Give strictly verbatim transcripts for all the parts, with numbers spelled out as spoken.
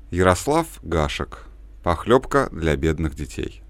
Ярослав Гашек. Похлебка для бедных детей.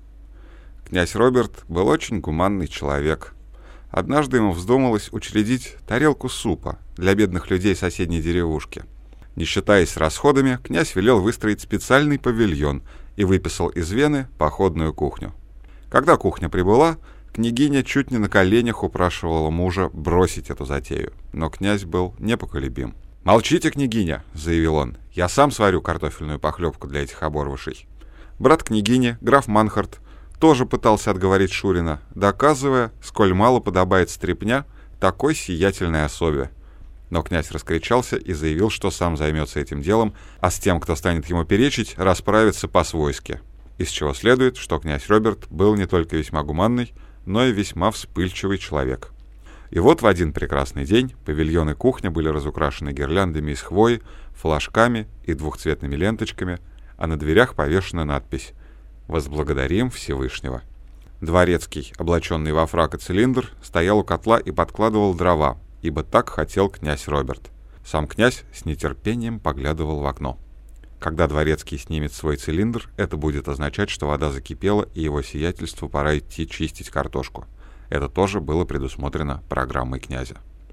Князь Роберт был очень гуманный человек. Однажды ему вздумалось учредить тарелку супа для бедных людей соседней деревушки. Не считаясь с расходами, князь велел выстроить специальный павильон и выписал из Вены походную кухню. Когда кухня прибыла, княгиня чуть не на коленях упрашивала мужа бросить эту затею, но князь был непоколебим. «Молчите, княгиня!» — заявил он. «Я сам сварю картофельную похлебку для этих оборвышей». Брат княгини, граф Манхард, тоже пытался отговорить Шурина, доказывая, сколь мало подобает стряпня такой сиятельной особе. Но князь раскричался и заявил, что сам займется этим делом, а с тем, кто станет ему перечить, расправится по-свойски. Из чего следует, что князь Роберт был не только весьма гуманный, но и весьма вспыльчивый человек. И вот в один прекрасный день павильон и кухня были разукрашены гирляндами из хвои, флажками и двухцветными ленточками, а на дверях повешена надпись «Возблагодарим Всевышнего». Дворецкий, облаченный во фрак и цилиндр, стоял у котла и подкладывал дрова, ибо так хотел князь Роберт. Сам князь с нетерпением поглядывал в окно. Когда дворецкий снимет свой цилиндр, это будет означать, что вода закипела, и его сиятельству пора идти чистить картошку. Это тоже было предусмотрено программой князя.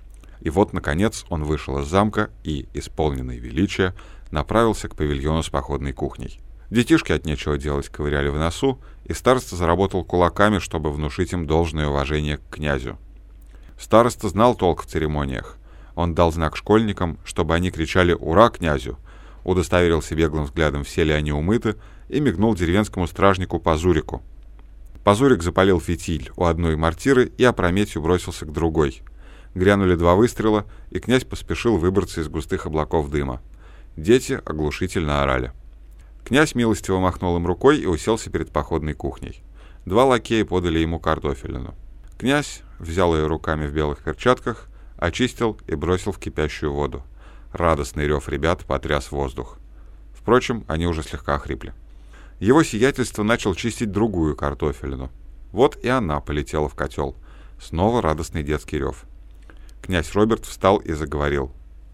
И вот, наконец, он вышел из замка и, исполненный величия, направился к павильону с походной кухней. Детишки от нечего делать ковыряли в носу, и староста заработал кулаками, чтобы внушить им должное уважение к князю. Староста знал толк в церемониях. Он дал знак школьникам, чтобы они кричали «Ура князю!», удостоверился беглым взглядом, все ли они умыты, и мигнул деревенскому стражнику Пазурику. Пазурик запалил фитиль у одной мортиры и опрометью бросился к другой. Грянули два выстрела, и князь поспешил выбраться из густых облаков дыма. Дети оглушительно орали. Князь милостиво махнул им рукой и уселся перед походной кухней. Два лакея подали ему картофелину. Князь взял ее руками в белых перчатках, очистил и бросил в кипящую воду. Радостный рев ребят потряс воздух. Впрочем, они уже слегка охрипли. Его сиятельство начал чистить другую картофелину. Вот и она полетела в котел. Снова радостный детский рев. Князь Роберт встал и заговорил.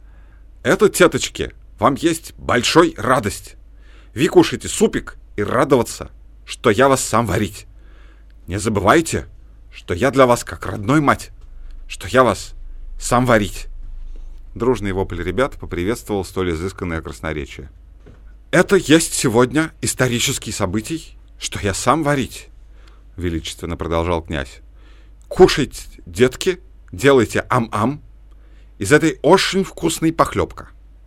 «Это, теточки, вам есть большой радость. Вы кушаете супик и радоваться, что я вас сам варить. Не забывайте, что я для вас как родной мать, что я вас сам варить». Дружный вопль ребят поприветствовал столь изысканное красноречие. «Это есть сегодня исторический событий, что я сам варить», — величественно продолжал князь. «Кушайте, детки, делайте ам-ам из этой очень вкусной похлебка.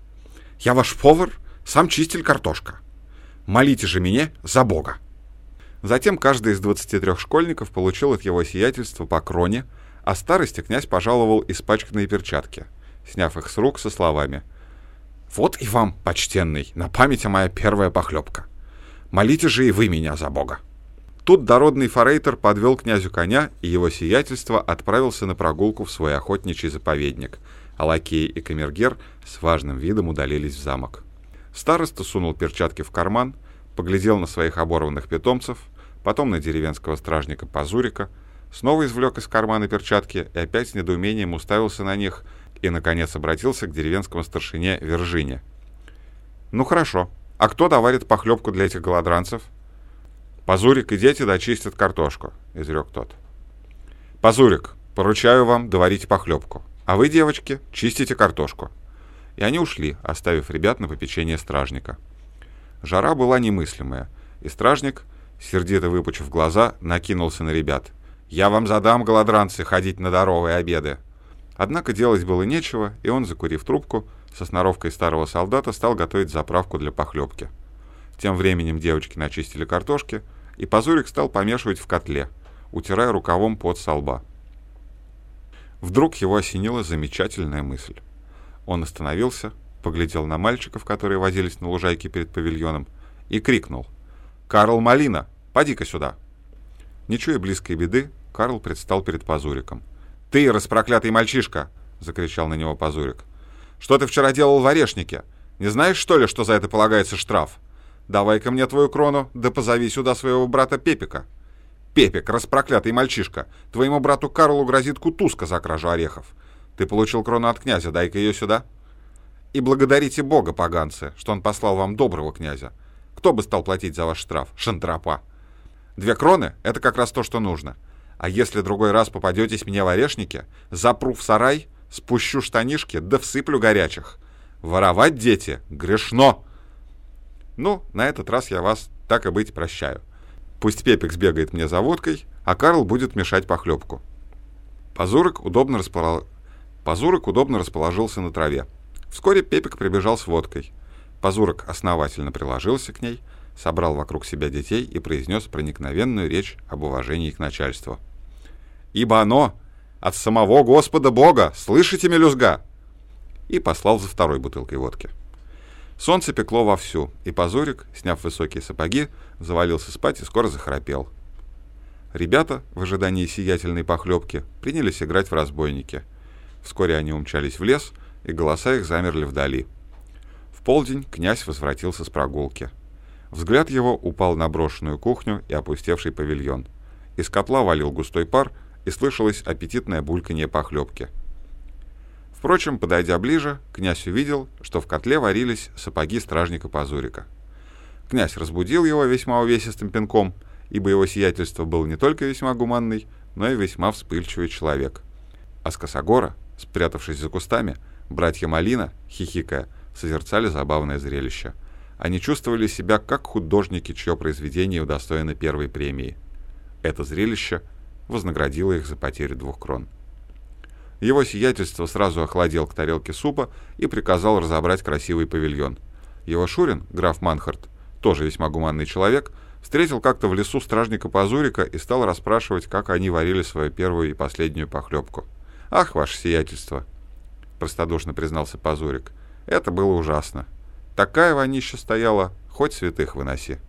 Я ваш повар, сам чиститель картошка. Молите же меня за Бога». Затем каждый из двадцати трех школьников получил от его сиятельства по кроне, а старости князь пожаловал испачканные перчатки, сняв их с рук со словами: «Вот и вам, почтенный, на память моя первая похлебка. Молите же и вы меня за Бога». Тут дородный форейтер подвел князю коня, и его сиятельство отправился на прогулку в свой охотничий заповедник, а лакей и камергер с важным видом удалились в замок. Староста сунул перчатки в карман, поглядел на своих оборванных питомцев, потом на деревенского стражника Пазурика, снова извлек из кармана перчатки и опять с недоумением уставился на них, и, наконец, обратился к деревенскому старшине Вержине. «Ну хорошо, а кто доварит похлебку для этих голодранцев?» «Пазурик и дети дочистят картошку», — изрек тот. «Пазурик, поручаю вам доварить похлебку, а вы, девочки, чистите картошку». И они ушли, оставив ребят на попечение стражника. Жара была немыслимая, и стражник, сердито выпучив глаза, накинулся на ребят. «Я вам задам, голодранцы, ходить на здоровые обеды». Однако делать было нечего, и он, закурив трубку, со сноровкой старого солдата стал готовить заправку для похлебки. Тем временем девочки начистили картошки, и Пазурик стал помешивать в котле, утирая рукавом пот со лба. Вдруг его осенила замечательная мысль. Он остановился, поглядел на мальчиков, которые возились на лужайке перед павильоном, и крикнул: «Карл Малина, поди-ка сюда!» Не чуя близкой беды, Карл предстал перед Пазуриком. «Ты, распроклятый мальчишка!» — закричал на него Пазурик. «Что ты вчера делал в орешнике? Не знаешь, что ли, что за это полагается штраф? Давай-ка мне твою крону, да позови сюда своего брата Пепика». «Пепик, распроклятый мальчишка, твоему брату Карлу грозит кутузка за кражу орехов. Ты получил крону от князя, дай-ка ее сюда». И благодарите Бога, поганцы, что он послал вам доброго князя. Кто бы стал платить за ваш штраф? Шантропа. Две кроны — это как раз то, что нужно. А если другой раз попадетесь мне в орешнике, запру в сарай, спущу штанишки, да всыплю горячих. Воровать, дети, грешно. Ну, на этот раз я вас, так и быть, прощаю. Пусть Пепик сбегает мне за водкой, а Карл будет мешать похлебку. Пазурок удобно, распорол... Пазурок удобно расположился на траве. Вскоре Пепик прибежал с водкой. Пазурок основательно приложился к ней, собрал вокруг себя детей и произнес проникновенную речь об уважении к начальству. «Ибо оно от самого Господа Бога, слышите, мелюзга?» И послал за второй бутылкой водки. Солнце пекло вовсю, и Пазурик, сняв высокие сапоги, завалился спать и скоро захрапел. Ребята, в ожидании сиятельной похлебки, принялись играть в разбойники. Вскоре они умчались в лес, и голоса их замерли вдали. В полдень князь возвратился с прогулки. Взгляд его упал на брошенную кухню и опустевший павильон. Из котла валил густой пар, и слышалось аппетитное бульканье похлебки. Впрочем, подойдя ближе, князь увидел, что в котле варились сапоги стражника Пазурика. Князь разбудил его весьма увесистым пинком, ибо его сиятельство был не только весьма гуманный, но и весьма вспыльчивый человек. А с косогора, спрятавшись за кустами, братья Малина, хихикая, созерцали забавное зрелище. Они чувствовали себя как художники, чье произведение удостоено первой премии. Это зрелище вознаградило их за потерю двух крон. Его сиятельство сразу охладел к тарелке супа и приказал разобрать красивый павильон. Его шурин, граф Манхарт, тоже весьма гуманный человек, встретил как-то в лесу стражника Пазурика и стал расспрашивать, как они варили свою первую и последнюю похлебку. «Ах, ваше сиятельство!» — простодушно признался Пазурик. «Это было ужасно. Такая вонища стояла, хоть святых выноси».